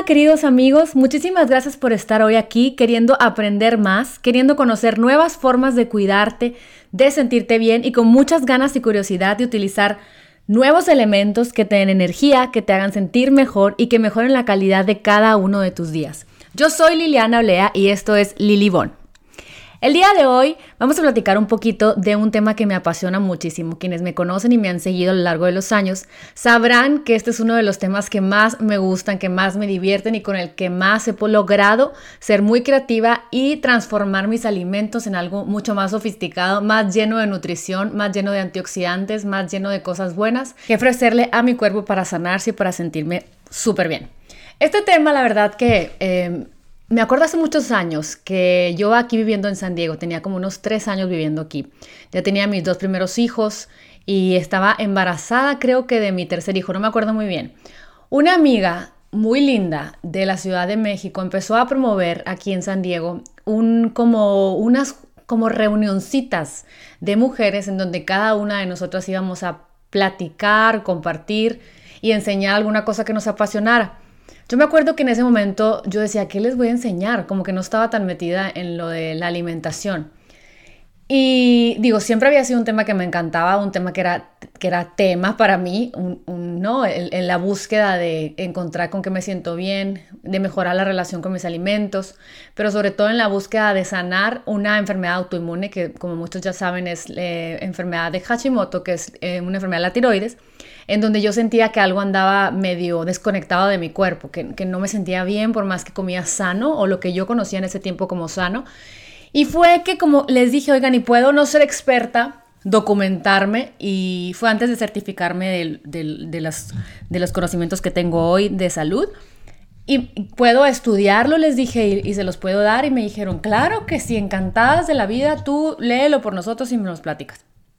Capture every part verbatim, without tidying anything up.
Hola queridos amigos, muchísimas gracias por estar hoy aquí queriendo aprender más, queriendo conocer nuevas formas de cuidarte, de sentirte bien y con muchas ganas y curiosidad de utilizar nuevos elementos que te den energía, que te hagan sentir mejor y que mejoren la calidad de cada uno de tus días. Yo soy Liliana Olea y esto es Lili Bon. El día de hoy vamos a platicar un poquito de un tema que me apasiona muchísimo. Quienes me conocen y me han seguido a lo largo de los años sabrán que este es uno de los temas que más me gustan, que más me divierten y con el que más he logrado ser muy creativa y transformar mis alimentos en algo mucho más sofisticado, más lleno de nutrición, más lleno de antioxidantes, más lleno de cosas buenas que ofrecerle a mi cuerpo para sanarse y para sentirme súper bien. Este tema, la verdad que... Eh, Me acuerdo hace muchos años que yo aquí viviendo en San Diego, tenía como unos tres años viviendo aquí. Ya tenía mis dos primeros hijos y estaba embarazada, creo que de mi tercer hijo, no me acuerdo muy bien. Una amiga muy linda de la Ciudad de México empezó a promover aquí en San Diego un, como unas como reunioncitas de mujeres en donde cada una de nosotras íbamos a platicar, compartir y enseñar alguna cosa que nos apasionara. Yo me acuerdo que en ese momento yo decía, ¿qué les voy a enseñar? Como que no estaba tan metida en lo de la alimentación. Y digo, siempre había sido un tema que me encantaba, un tema que era, que era tema para mí, un, un, ¿no? En, en la búsqueda de encontrar con qué me siento bien, de mejorar la relación con mis alimentos, pero sobre todo en la búsqueda de sanar una enfermedad autoinmune que, como muchos ya saben, es la eh, enfermedad de Hashimoto, que es eh, una enfermedad de la tiroides, en donde yo sentía que algo andaba medio desconectado de mi cuerpo, que, que no me sentía bien por más que comía sano o lo que yo conocía en ese tiempo como sano. Y fue que como les dije, oigan, y puedo no ser experta, documentarme, y fue antes de certificarme de, de, de, las, de los conocimientos que tengo hoy de salud, y puedo estudiarlo, les dije, y, y se los puedo dar, y me dijeron, claro que sí, encantadas de la vida, tú léelo por nosotros y me los platicas.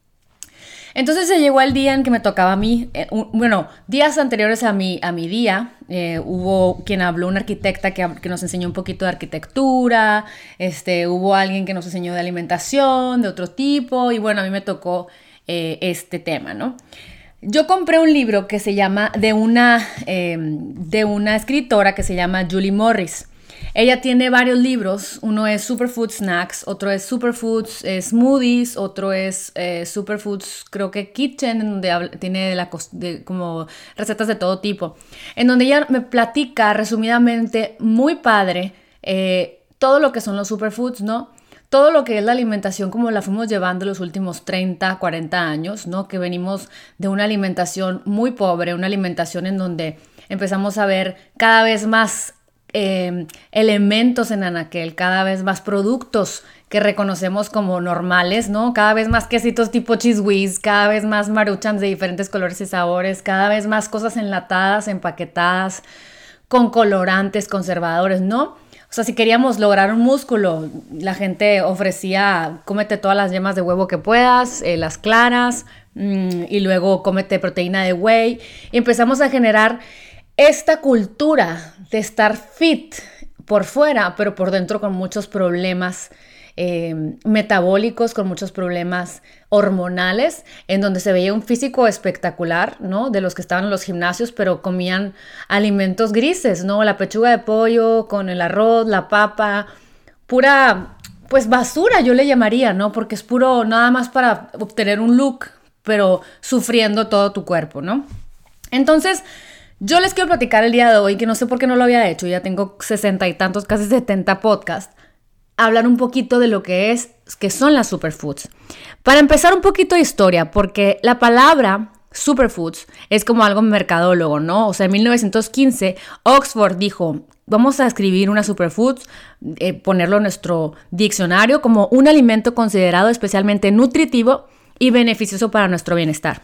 Entonces se llegó el día en que me tocaba a mí, eh, un, bueno, días anteriores a mi, a mi día, eh, hubo quien habló, una arquitecta que, que nos enseñó un poquito de arquitectura, este, hubo alguien que nos enseñó de alimentación, de otro tipo, y bueno, a mí me tocó eh, este tema, ¿no? Yo compré un libro que se llama, de una, eh, de una escritora que se llama Julie Morris. Ella tiene varios libros, uno es Superfood Snacks, otro es Superfoods eh, Smoothies, otro es eh, Superfoods, creo que Kitchen, donde habla, tiene la, de, como recetas de todo tipo, en donde ella me platica resumidamente, muy padre, eh, todo lo que son los superfoods, ¿no? Todo lo que es la alimentación como la fuimos llevando los últimos treinta, cuarenta años, ¿no? Que venimos de una alimentación muy pobre, una alimentación en donde empezamos a ver cada vez más Eh, elementos en anaquel, cada vez más productos que reconocemos como normales, ¿no? Cada vez más quesitos tipo Cheez Whiz, cada vez más Maruchans de diferentes colores y sabores, cada vez más cosas enlatadas, empaquetadas, con colorantes, conservadores, ¿no? O sea, si queríamos lograr un músculo, la gente ofrecía, cómete todas las yemas de huevo que puedas, eh, las claras, mmm, y luego cómete proteína de whey, y empezamos a generar esta cultura de estar fit por fuera, pero por dentro con muchos problemas eh, metabólicos, con muchos problemas hormonales, en donde se veía un físico espectacular, ¿no? De los que estaban en los gimnasios, pero comían alimentos grises, ¿no? La pechuga de pollo con el arroz, la papa, pura, pues basura yo le llamaría, ¿no? Porque es puro, nada más para obtener un look, pero sufriendo todo tu cuerpo, ¿no? Entonces, yo les quiero platicar el día de hoy, que no sé por qué no lo había hecho, ya tengo sesenta y tantos, casi setenta podcasts, hablar un poquito de lo que es, que son las superfoods. Para empezar, un poquito de historia, porque la palabra superfoods es como algo mercadólogo, ¿no? O sea, en mil novecientos quince, Oxford dijo, vamos a escribir una superfood, eh, ponerlo en nuestro diccionario como un alimento considerado especialmente nutritivo y beneficioso para nuestro bienestar.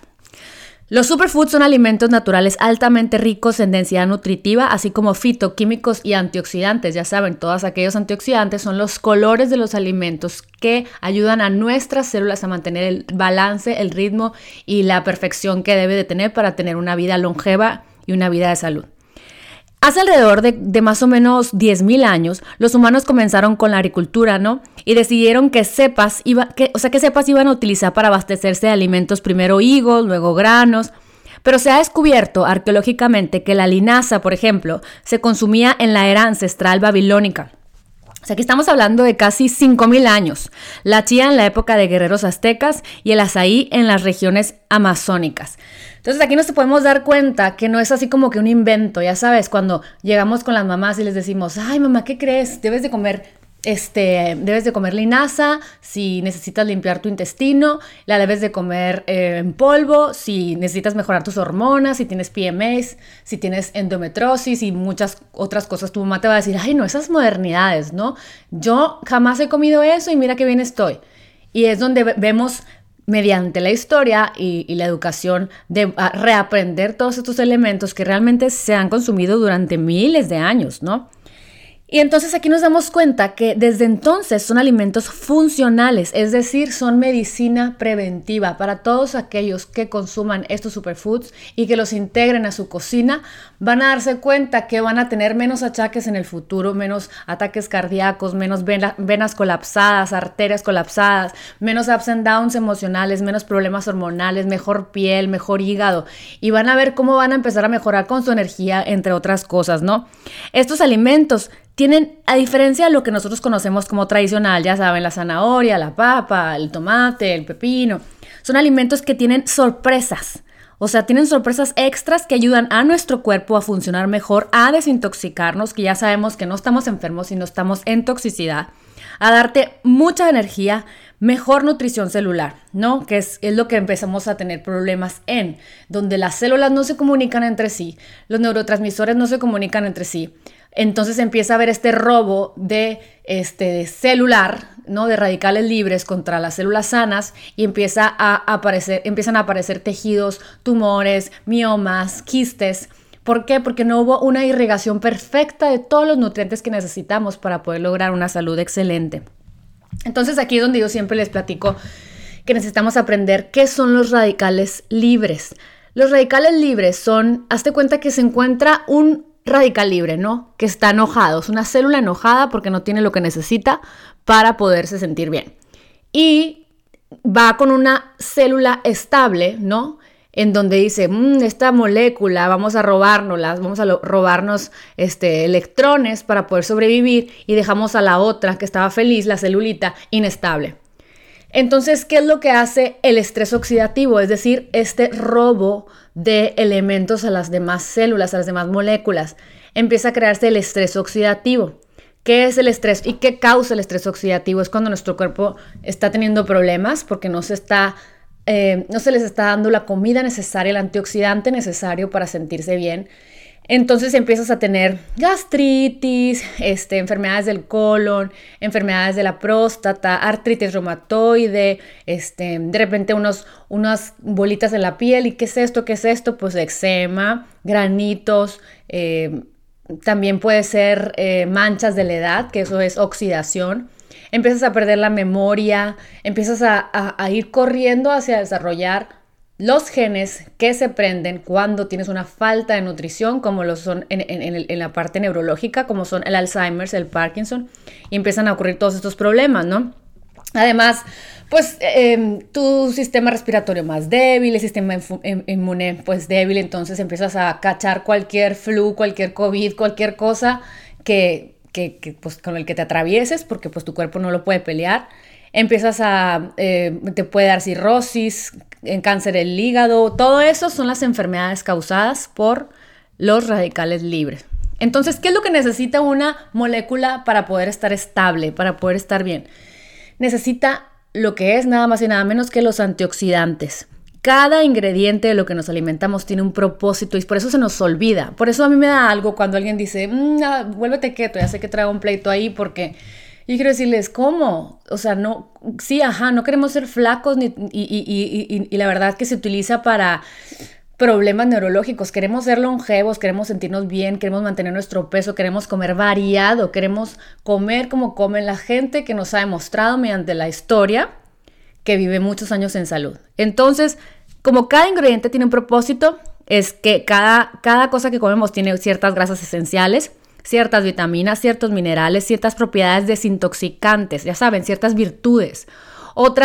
Los superfoods son alimentos naturales altamente ricos en densidad nutritiva, así como fitoquímicos y antioxidantes. Ya saben, todos aquellos antioxidantes son los colores de los alimentos que ayudan a nuestras células a mantener el balance, el ritmo y la perfección que debe de tener para tener una vida longeva y una vida de salud. Hace alrededor de, de más o menos diez mil años, los humanos comenzaron con la agricultura, ¿no? Y decidieron que cepas, iba, que, o sea, que cepas iban a utilizar para abastecerse de alimentos, primero higos, luego granos, Pero se ha descubierto arqueológicamente que la linaza, por ejemplo, se consumía en la era ancestral babilónica. O sea, aquí estamos hablando de casi cinco mil años. La chía en la época de guerreros aztecas y el azaí en las regiones amazónicas. Entonces aquí nos podemos dar cuenta que no es así como que un invento. Ya sabes, cuando llegamos con las mamás y les decimos, ay mamá, ¿qué crees? Debes de comer... Este, debes de comer linaza si necesitas limpiar tu intestino, la debes de comer eh, en polvo si necesitas mejorar tus hormonas, si tienes P M S, si tienes endometriosis y muchas otras cosas. Tu mamá te va a decir, ay no, esas modernidades, ¿no? Yo jamás he comido eso y mira qué bien estoy. Y es donde vemos mediante la historia y, y la educación de reaprender todos estos elementos que realmente se han consumido durante miles de años, ¿no? Y entonces aquí nos damos cuenta que desde entonces son alimentos funcionales, es decir, son medicina preventiva para todos aquellos que consuman estos superfoods y que los integren a su cocina. Van a darse cuenta que van a tener menos achaques en el futuro, menos ataques cardíacos, menos vena, venas colapsadas, arterias colapsadas, menos ups and downs emocionales, menos problemas hormonales, mejor piel, mejor hígado. Y van a ver cómo van a empezar a mejorar con su energía, entre otras cosas, ¿no? Estos alimentos tienen, a diferencia de lo que nosotros conocemos como tradicional, ya saben, la zanahoria, la papa, el tomate, el pepino, son alimentos que tienen sorpresas. O sea, tienen sorpresas extras que ayudan a nuestro cuerpo a funcionar mejor, a desintoxicarnos, que ya sabemos que no estamos enfermos, sino estamos en toxicidad, a darte mucha energía, mejor nutrición celular, ¿no? Que es, es lo que empezamos a tener problemas en, donde las células no se comunican entre sí, los neurotransmisores no se comunican entre sí. Entonces empieza a haber este robo de, este, de celular, ¿no? De radicales libres contra las células sanas y empieza a aparecer, empiezan a aparecer tejidos, tumores, miomas, quistes. ¿Por qué? Porque no hubo una irrigación perfecta de todos los nutrientes que necesitamos para poder lograr una salud excelente. Entonces aquí es donde yo siempre les platico que necesitamos aprender qué son los radicales libres. Los radicales libres son, hazte cuenta que se encuentra un radical libre, ¿no? Que está enojado, es una célula enojada porque no tiene lo que necesita para poderse sentir bien. Y va con una célula estable, ¿no? En donde dice, mmm, esta molécula, vamos a robárnoslas, vamos a lo- robarnos este, electrones para poder sobrevivir y dejamos a la otra que estaba feliz, la celulita, inestable. Entonces, ¿qué es lo que hace el estrés oxidativo? Es decir, este robo de elementos a las demás células, a las demás moléculas. Empieza a crearse el estrés oxidativo. ¿Qué es el estrés y qué causa el estrés oxidativo? Es cuando nuestro cuerpo está teniendo problemas porque no se está, eh, no se les está dando la comida necesaria, el antioxidante necesario para sentirse bien. Entonces empiezas a tener gastritis, este, enfermedades del colon, enfermedades de la próstata, artritis reumatoide, este, de repente unos, unas bolitas en la piel. ¿Y qué es esto? ¿Qué es esto? Pues eczema, granitos, eh, también puede ser eh, manchas de la edad, que eso es oxidación. Empiezas a perder la memoria, empiezas a, a, a ir corriendo hacia desarrollar los genes que se prenden cuando tienes una falta de nutrición, como lo son en, en, en, el, en la parte neurológica, como son el Alzheimer, el Parkinson, y empiezan a ocurrir todos estos problemas, ¿no? Además, pues eh, tu sistema respiratorio más débil, el sistema inmune pues débil, entonces empiezas a cachar cualquier flu, cualquier COVID, cualquier cosa que, que, que, pues, con el que te atravieses, porque pues tu cuerpo no lo puede pelear. Empiezas a, eh, te puede dar cirrosis, en cáncer del hígado, todo eso son las enfermedades causadas por los radicales libres. Entonces, ¿qué es lo que necesita una molécula para poder estar estable, para poder estar bien? Necesita lo que es nada más y nada menos que los antioxidantes. Cada ingrediente de lo que nos alimentamos tiene un propósito y por eso se nos olvida. Por eso a mí me da algo cuando alguien dice, mmm, ah, vuélvete keto, ya sé que traigo un pleito ahí porque... Y quiero decirles, ¿cómo? O sea, no, sí, ajá, no queremos ser flacos ni, y, y, y, y, y la verdad que se utiliza para problemas neurológicos. Queremos ser longevos, queremos sentirnos bien, queremos mantener nuestro peso, queremos comer variado, queremos comer como come la gente que nos ha demostrado mediante la historia que vive muchos años en salud. Entonces, como cada ingrediente tiene un propósito, es que cada, cada cosa que comemos tiene ciertas grasas esenciales, ciertas vitaminas, ciertos minerales, ciertas propiedades desintoxicantes, ya saben, ciertas virtudes. Otras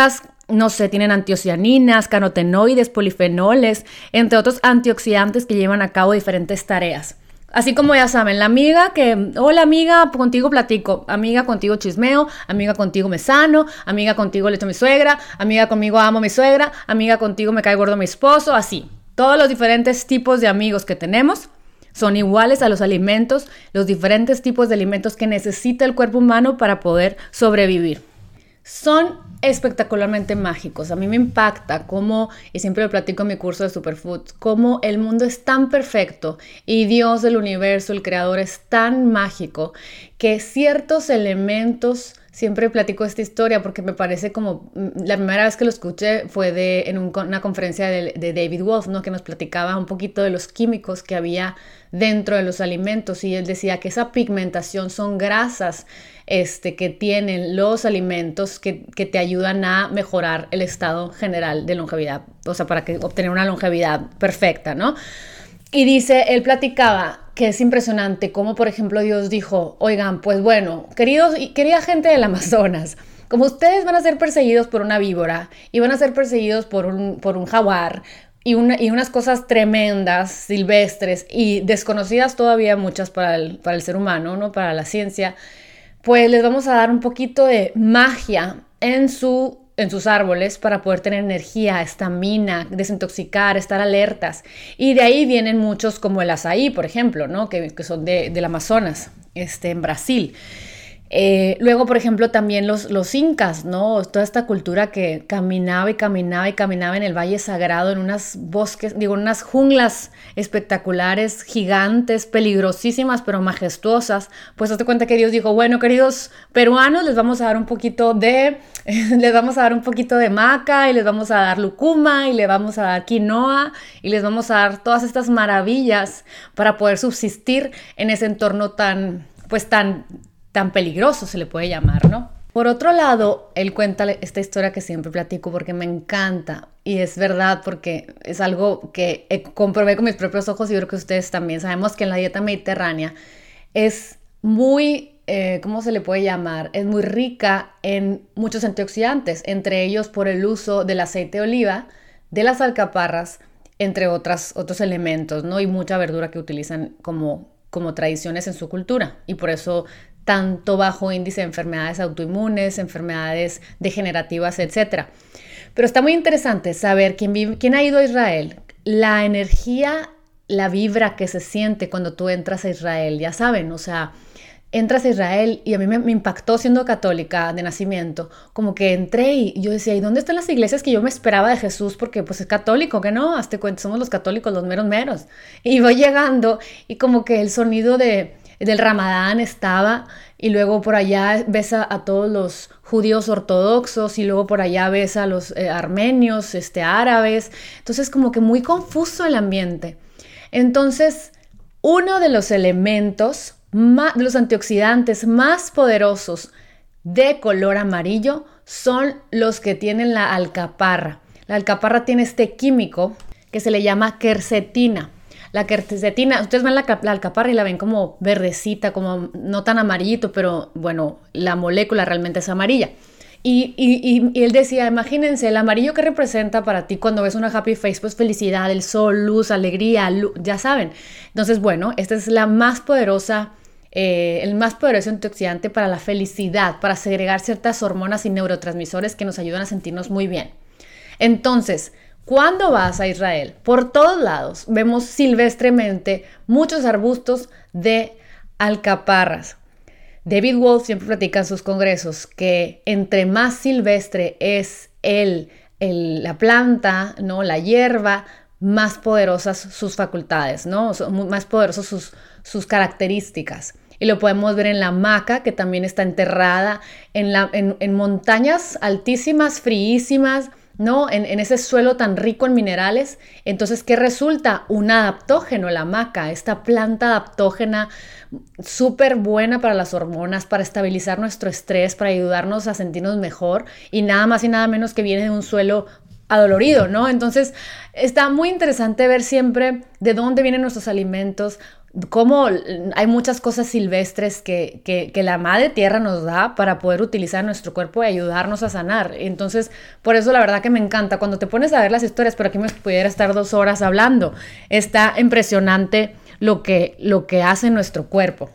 no sé, tienen antiocianinas, carotenoides, polifenoles, entre otros antioxidantes que llevan a cabo diferentes tareas. Así como ya saben, la amiga que, hola amiga, contigo platico, amiga contigo chismeo, amiga contigo me sano, amiga contigo le echo a mi suegra, amiga conmigo amo a mi suegra, amiga contigo me cae gordo mi esposo, así. Todos los diferentes tipos de amigos que tenemos son iguales a los alimentos, los diferentes tipos de alimentos que necesita el cuerpo humano para poder sobrevivir. Son espectacularmente mágicos. A mí me impacta cómo, y siempre lo platico en mi curso de Superfoods, cómo el mundo es tan perfecto y Dios del universo, el creador, es tan mágico que ciertos elementos, siempre platico esta historia porque me parece como, la primera vez que lo escuché fue de, en un, una conferencia de, de David Wolf, ¿no? Que nos platicaba un poquito de los químicos que había dentro de los alimentos, y él decía que esa pigmentación son grasas este, que tienen los alimentos que, que te ayudan a mejorar el estado general de longevidad, o sea, para que, obtener una longevidad perfecta, ¿no? Y dice, él platicaba que es impresionante cómo, por ejemplo, Dios dijo, oigan, pues bueno, queridos, querida gente del Amazonas, como ustedes van a ser perseguidos por una víbora y van a ser perseguidos por un, por un jaguar, Y, una, y unas cosas tremendas, silvestres y desconocidas todavía muchas para el, para el ser humano, ¿no? Para la ciencia, pues les vamos a dar un poquito de magia en, su, en sus árboles para poder tener energía, estamina, desintoxicar, estar alertas. Y de ahí vienen muchos como el azaí, por ejemplo, ¿no? Que, que son de, del Amazonas, este, en Brasil. Eh, luego, por ejemplo, también los, los incas, ¿no? Toda esta cultura que caminaba y caminaba y caminaba en el Valle Sagrado, en unas bosques, digo, en unas junglas espectaculares, gigantes, peligrosísimas, pero majestuosas. Pues hazte cuenta que Dios dijo, bueno, queridos peruanos, les vamos a dar un poquito de, les vamos a dar un poquito de maca, y les vamos a dar lucuma, y les vamos a dar quinoa, y les vamos a dar todas estas maravillas para poder subsistir en ese entorno tan, pues tan... tan peligroso se le puede llamar, ¿no? Por otro lado, él cuenta esta historia que siempre platico porque me encanta, y es verdad porque es algo que comprobé con mis propios ojos, y creo que ustedes también. Sabemos que en la dieta mediterránea es muy, eh, ¿cómo se le puede llamar? Es muy rica en muchos antioxidantes, entre ellos por el uso del aceite de oliva, de las alcaparras, entre otras, otros elementos, ¿no? Y mucha verdura que utilizan como, como tradiciones en su cultura, y por eso tanto bajo índice de enfermedades autoinmunes, enfermedades degenerativas, etcétera. Pero está muy interesante saber quién, vive, quién ha ido a Israel, la energía, la vibra que se siente cuando tú entras a Israel, ya saben, o sea, entras a Israel, y a mí me, me impactó siendo católica de nacimiento, como que entré y yo decía, ¿y dónde están las iglesias que yo me esperaba de Jesús? Porque pues es católico, ¿que no? Hazte cuenta, somos los católicos, los meros meros. Y voy llegando y como que el sonido de... del Ramadán estaba, y luego por allá ves a, a todos los judíos ortodoxos, y luego por allá ves a los eh, armenios, este, árabes. Entonces como que muy confuso el ambiente. Entonces uno de los elementos, más, de los antioxidantes más poderosos de color amarillo son los que tienen la alcaparra. La alcaparra tiene este químico que se le llama quercetina. La quercetina, ustedes ven la, la alcaparra y la ven como verdecita, como no tan amarillito, pero bueno, la molécula realmente es amarilla. Y, y, y él decía, imagínense, el amarillo que representa para ti cuando ves una happy face, pues felicidad, el sol, luz, alegría, luz, ya saben. Entonces, bueno, esta es la más poderosa, eh, el más poderoso antioxidante para la felicidad, para segregar ciertas hormonas y neurotransmisores que nos ayudan a sentirnos muy bien. Entonces, cuando vas a Israel, por todos lados vemos silvestremente muchos arbustos de alcaparras. David Wolf siempre platica en sus congresos que entre más silvestre es el, el, la planta, ¿no? La hierba, más poderosas sus facultades, ¿no? Son más poderosas sus, sus características. Y lo podemos ver en la maca, que también está enterrada en, la, en, en montañas altísimas, fríísimas, ¿no? En, en ese suelo tan rico en minerales. Entonces, ¿qué resulta? Un adaptógeno, la maca, esta planta adaptógena súper buena para las hormonas, para estabilizar nuestro estrés, para ayudarnos a sentirnos mejor, y nada más y nada menos que viene de un suelo adolorido, ¿no? Entonces, está muy interesante ver siempre de dónde vienen nuestros alimentos, cómo hay muchas cosas silvestres que, que, que la madre tierra nos da para poder utilizar nuestro cuerpo y ayudarnos a sanar. Entonces, por eso la verdad que me encanta. Cuando te pones a ver las historias, pero aquí me pudiera estar dos horas hablando, está impresionante lo que, lo que hace nuestro cuerpo.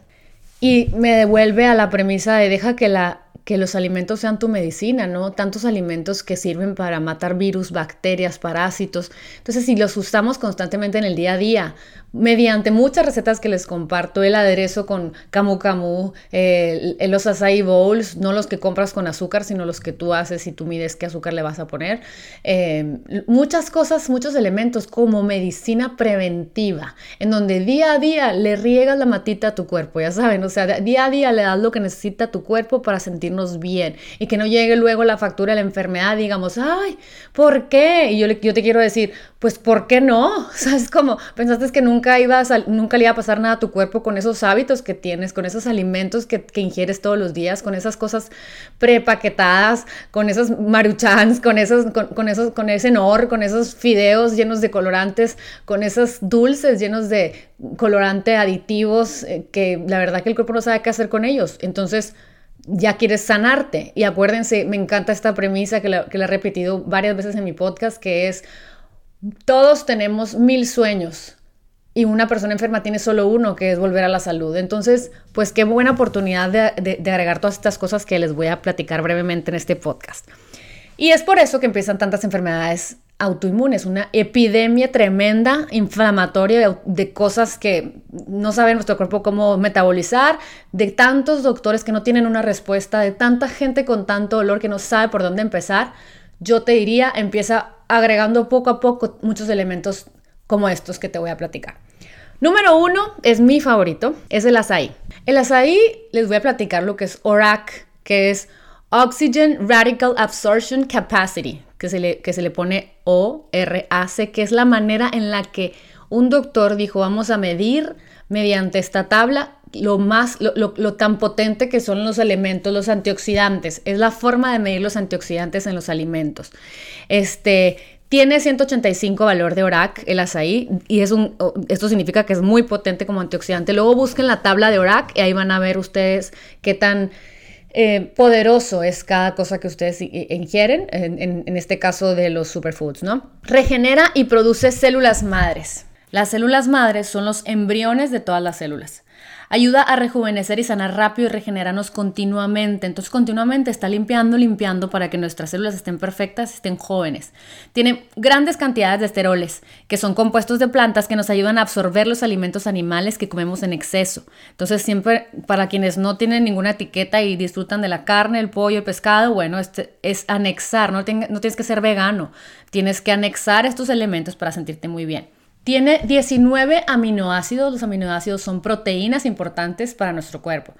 Y me devuelve a la premisa de deja que la que los alimentos sean tu medicina, ¿no? Tantos alimentos que sirven para matar virus, bacterias, parásitos. Entonces, si los usamos constantemente en el día a día, mediante muchas recetas que les comparto, el aderezo con camu camu, eh, los acai bowls, no los que compras con azúcar, sino los que tú haces y tú mides qué azúcar le vas a poner. Eh, muchas cosas, muchos elementos como medicina preventiva, en donde día a día le riegas la matita a tu cuerpo, ya saben, o sea, día a día le das lo que necesita tu cuerpo para sentirnos bien y que no llegue luego la factura de la enfermedad, digamos, ay, ¿por qué? Y yo, le, yo te quiero decir, pues, ¿por qué no? ¿Sabes cómo? ¿Pensaste que nunca ibas a, nunca le iba a pasar nada a tu cuerpo con esos hábitos que tienes, con esos alimentos que, que ingieres todos los días, con esas cosas prepaquetadas, con esos maruchans, con esos, con, con esos, con ese nor, con esos fideos llenos de colorantes, con esos dulces llenos de colorante aditivos, eh, que la verdad que el cuerpo no sabe qué hacer con ellos? Entonces, ya quieres sanarte. Y acuérdense, me encanta esta premisa que la, que la he repetido varias veces en mi podcast, que es: todos tenemos mil sueños y una persona enferma tiene solo uno, que es volver a la salud. Entonces, pues qué buena oportunidad de, de, de agregar todas estas cosas que les voy a platicar brevemente en este podcast. Y es por eso que empiezan tantas enfermedades autoinmunes, una epidemia tremenda, inflamatoria, de cosas que no sabe nuestro cuerpo cómo metabolizar, de tantos doctores que no tienen una respuesta, de tanta gente con tanto dolor que no sabe por dónde empezar. Yo te diría, empieza agregando poco a poco muchos elementos como estos que te voy a platicar. Número uno, es mi favorito, es el azaí. El azaí, les voy a platicar lo que es O R A C, que es Oxygen Radical Absorption Capacity, que se le, que se le pone O R A C, que es la manera en la que un doctor dijo, vamos a medir mediante esta tabla lo más, lo, lo, lo tan potente que son los elementos, los antioxidantes. Es la forma de medir los antioxidantes en los alimentos. Este, tiene ciento ochenta y cinco valor de O R A C el azaí, y es un, esto significa que es muy potente como antioxidante. Luego busquen la tabla de O R A C y ahí van a ver ustedes qué tan Eh, poderoso es cada cosa que ustedes ingieren, en, en, en este caso de los superfoods, ¿no? Regenera y produce células madres. Las células madres son los embriones de todas las células. Ayuda a rejuvenecer y sanar rápido y regenerarnos continuamente. Entonces, continuamente está limpiando, limpiando para que nuestras células estén perfectas, estén jóvenes. Tiene grandes cantidades de esteroles, que son compuestos de plantas que nos ayudan a absorber los alimentos animales que comemos en exceso. Entonces, siempre, para quienes no tienen ninguna etiqueta y disfrutan de la carne, el pollo, el pescado, bueno, este es anexar, no, ten, no tienes que ser vegano. Tienes que anexar estos elementos para sentirte muy bien. Tiene diecinueve aminoácidos. Los aminoácidos son proteínas importantes para nuestro cuerpo.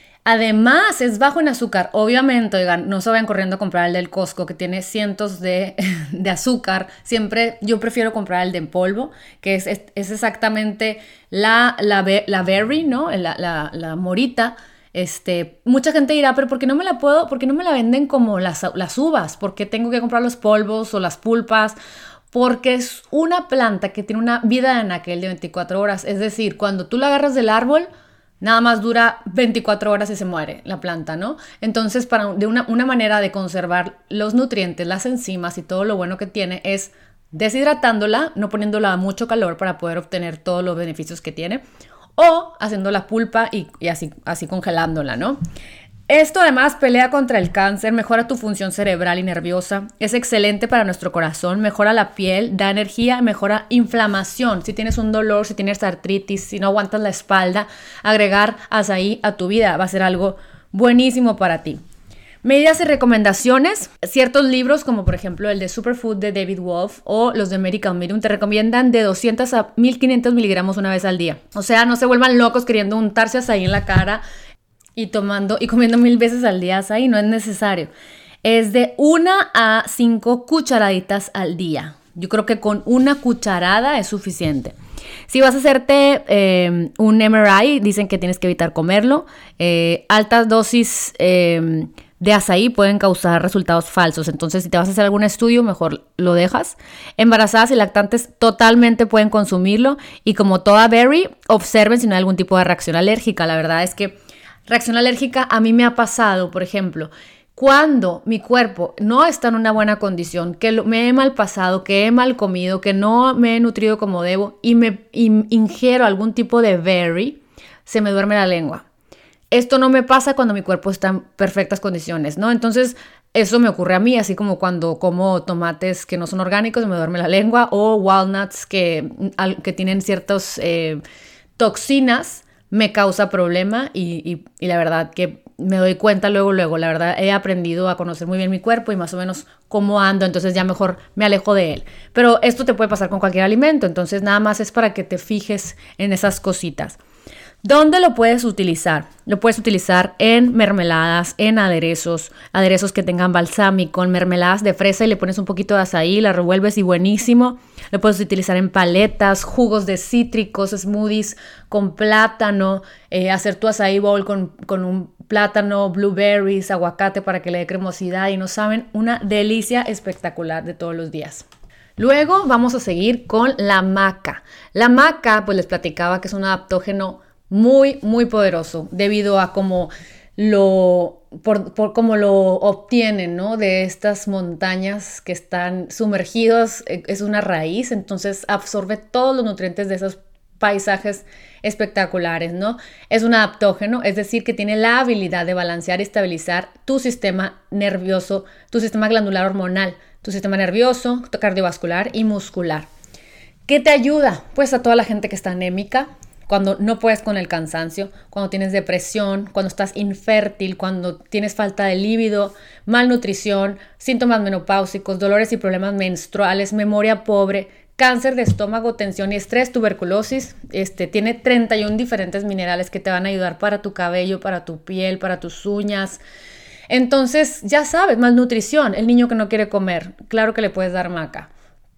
Además, es bajo en azúcar. Obviamente, oigan, no se vayan corriendo a comprar el del Costco, que tiene cientos de, de azúcar. Siempre yo prefiero comprar el de en polvo, que es, es, es exactamente la, la, la berry, ¿no? La, la, la morita. Este, mucha gente dirá, pero ¿por qué no me la puedo? ¿Por qué no me la venden como las, las uvas? ¿Por qué tengo que comprar los polvos o las pulpas? Porque es una planta que tiene una vida de anaquel de veinticuatro horas. Es decir, cuando tú la agarras del árbol, nada más dura veinticuatro horas y se muere la planta, ¿no? Entonces, para, de una, una manera de conservar los nutrientes, las enzimas y todo lo bueno que tiene es deshidratándola, no poniéndola a mucho calor para poder obtener todos los beneficios que tiene, o haciendo la pulpa y, y así, así congelándola, ¿no? Esto además pelea contra el cáncer, mejora tu función cerebral y nerviosa, es excelente para nuestro corazón, mejora la piel, da energía, mejora inflamación. Si tienes un dolor, si tienes artritis, si no aguantas la espalda, agregar azaí a tu vida va a ser algo buenísimo para ti. Medidas y recomendaciones. Ciertos libros, como por ejemplo el de Superfood de David Wolfe o los de Medical Medium, te recomiendan de doscientos a mil quinientos miligramos una vez al día. O sea, no se vuelvan locos queriendo untarse azaí en la cara y tomando y comiendo mil veces al día azaí, no es necesario. Es de una a cinco cucharaditas al día. Yo creo que con una cucharada es suficiente. Si vas a hacerte eh, un M R I, dicen que tienes que evitar comerlo. Eh, altas dosis eh, de azaí pueden causar resultados falsos. Entonces, si te vas a hacer algún estudio, mejor lo dejas. Embarazadas y lactantes totalmente pueden consumirlo. Y como toda berry, observen si no hay algún tipo de reacción alérgica. La verdad es que reacción alérgica a mí me ha pasado, por ejemplo, cuando mi cuerpo no está en una buena condición, que me he mal pasado, que he mal comido, que no me he nutrido como debo y me y ingiero algún tipo de berry, se me duerme la lengua. Esto no me pasa cuando mi cuerpo está en perfectas condiciones, ¿no? Entonces, eso me ocurre a mí, así como cuando como tomates que no son orgánicos, me duerme la lengua, o walnuts que, que tienen ciertas eh, toxinas, me causa problema y, y, y la verdad que me doy cuenta luego, luego. La verdad, he aprendido a conocer muy bien mi cuerpo y más o menos cómo ando, entonces ya mejor me alejo de él. Pero esto te puede pasar con cualquier alimento, entonces nada más es para que te fijes en esas cositas. ¿Dónde lo puedes utilizar? Lo puedes utilizar en mermeladas, en aderezos, aderezos que tengan balsámico, en mermeladas de fresa y le pones un poquito de azaí, la revuelves y buenísimo. Lo puedes utilizar en paletas, jugos de cítricos, smoothies con plátano, eh, hacer tu azaí bowl con, con un plátano, blueberries, aguacate para que le dé cremosidad y no saben, una delicia espectacular de todos los días. Luego vamos a seguir con la maca. La maca, pues les platicaba que es un adaptógeno muy, muy poderoso debido a cómo lo, por, por cómo lo obtienen, ¿no? De estas montañas que están sumergidos, es una raíz, entonces absorbe todos los nutrientes de esos paisajes espectaculares, ¿no? Es un adaptógeno, es decir, que tiene la habilidad de balancear y estabilizar tu sistema nervioso, tu sistema glandular hormonal, tu sistema nervioso, cardiovascular y muscular. ¿Qué te ayuda? Pues a toda la gente que está anémica, cuando no puedes con el cansancio, cuando tienes depresión, cuando estás infértil, cuando tienes falta de líbido, malnutrición, síntomas menopáusicos, dolores y problemas menstruales, memoria pobre, cáncer de estómago, tensión y estrés, tuberculosis. Este, tiene treinta y uno diferentes minerales que te van a ayudar para tu cabello, para tu piel, para tus uñas. Entonces, ya sabes, malnutrición, el niño que no quiere comer, claro que le puedes dar maca.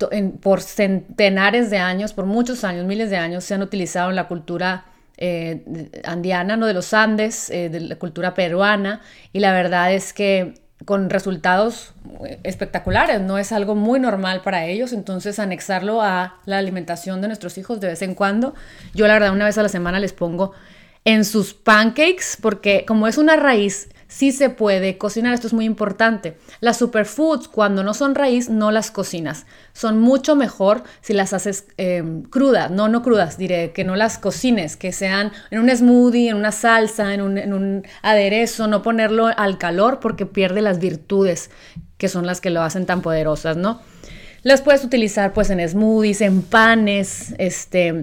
Por centenares de años, por muchos años, miles de años, se han utilizado en la cultura eh, andiana, ¿no? De los Andes, eh, de la cultura peruana, y la verdad es que con resultados espectaculares, no es algo muy normal para ellos, entonces anexarlo a la alimentación de nuestros hijos de vez en cuando. Yo la verdad una vez a la semana les pongo en sus pancakes, porque como es una raíz, sí se puede cocinar, esto es muy importante. Las superfoods, cuando no son raíz, no las cocinas. Son mucho mejor si las haces eh, crudas, no, no crudas, diré, que no las cocines, que sean en un smoothie, en una salsa, en un, en un aderezo, no ponerlo al calor porque pierde las virtudes que son las que lo hacen tan poderosas, ¿no? Las puedes utilizar pues en smoothies, en panes, este,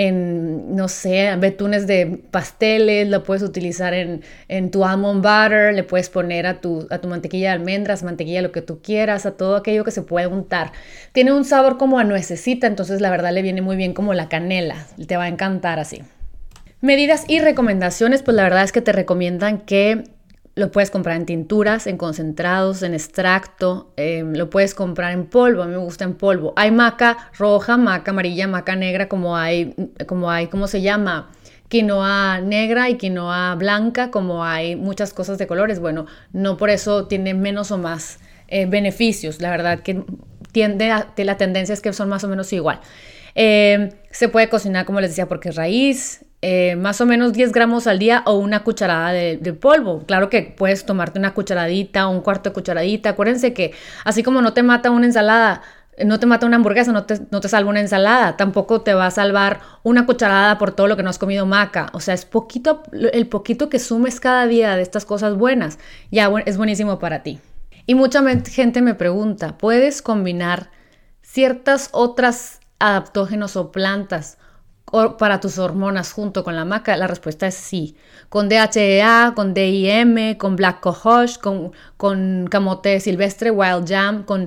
en, no sé, betunes de pasteles, lo puedes utilizar en, en tu almond butter, le puedes poner a tu, a tu mantequilla de almendras, mantequilla lo que tú quieras, a todo aquello que se puede untar. Tiene un sabor como a nuececita, entonces la verdad le viene muy bien como la canela, te va a encantar así. Medidas y recomendaciones, pues la verdad es que te recomiendan que lo puedes comprar en tinturas, en concentrados, en extracto, eh, lo puedes comprar en polvo, a mí me gusta en polvo. Hay maca roja, maca amarilla, maca negra, como hay, como hay, ¿cómo se llama? Quinoa negra y quinoa blanca, como hay muchas cosas de colores. Bueno, no por eso tiene menos o más eh, beneficios, la verdad que tiende a, la tendencia es que son más o menos igual. Eh, se puede cocinar, como les decía, porque es raíz, eh, más o menos diez gramos al día o una cucharada de, de polvo. Claro que puedes tomarte una cucharadita o un cuarto de cucharadita. Acuérdense que así como no te mata una ensalada, no te mata una hamburguesa, no te, no te salva una ensalada, tampoco te va a salvar una cucharada por todo lo que no has comido maca. O sea, es poquito, el poquito que sumes cada día de estas cosas buenas, ya es buenísimo para ti. Y mucha gente me pregunta, ¿puedes combinar ciertas otras adaptógenos o plantas para tus hormonas junto con la maca? La respuesta es sí. Con D H E A, con D I M, con black cohosh, con, con camote silvestre, wild yam, con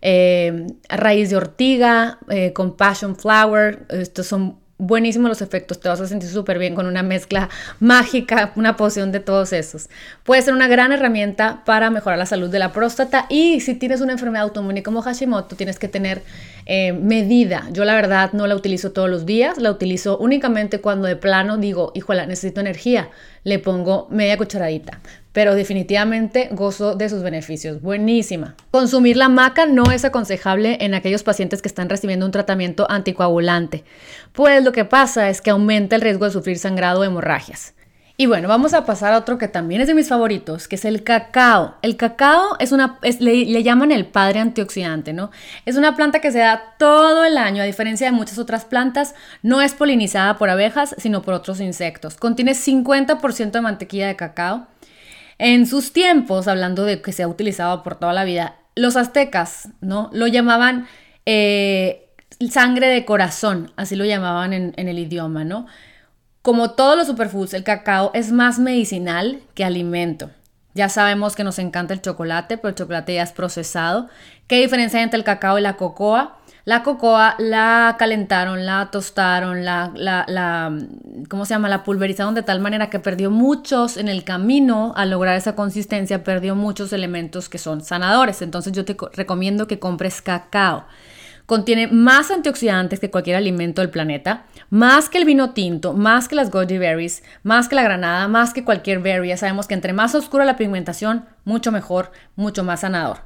eh, raíz de ortiga, eh, con passion flower. Estos son buenísimos los efectos. Te vas a sentir súper bien con una mezcla mágica, una poción de todos esos. Puede ser una gran herramienta para mejorar la salud de la próstata, y si tienes una enfermedad autoinmune como Hashimoto, tienes que tener eh, medida. Yo la verdad no la utilizo todos los días, la utilizo únicamente cuando de plano digo, híjola, necesito energía. le pongo media cucharadita. Pero definitivamente gozo de sus beneficios. Buenísima. Consumir la maca no es aconsejable en aquellos pacientes que están recibiendo un tratamiento anticoagulante, pues lo que pasa es que aumenta el riesgo de sufrir sangrado o hemorragias. Y bueno, vamos a pasar a otro que también es de mis favoritos, que es el cacao. El cacao es una, es, le, le llaman el padre antioxidante, ¿no? Es una planta que se da todo el año, a diferencia de muchas otras plantas. No es polinizada por abejas, sino por otros insectos. Contiene cincuenta por ciento de mantequilla de cacao. En sus tiempos, hablando de que se ha utilizado por toda la vida, los aztecas, ¿no? Lo llamaban eh, sangre de corazón, así lo llamaban en, en el idioma, ¿no? Como todos los superfoods, el cacao es más medicinal que alimento. Ya sabemos que nos encanta el chocolate, pero el chocolate ya es procesado. ¿Qué diferencia hay entre el cacao y la cocoa? La cocoa la calentaron, la tostaron, la, la, la, ¿cómo se llama? La pulverizaron de tal manera que perdió muchos en el camino al lograr esa consistencia, perdió muchos elementos que son sanadores. Entonces yo te recomiendo que compres cacao. Contiene más antioxidantes que cualquier alimento del planeta, más que el vino tinto, más que las goji berries, más que la granada, más que cualquier berry. Ya sabemos que entre más oscura la pigmentación, mucho mejor, mucho más sanador.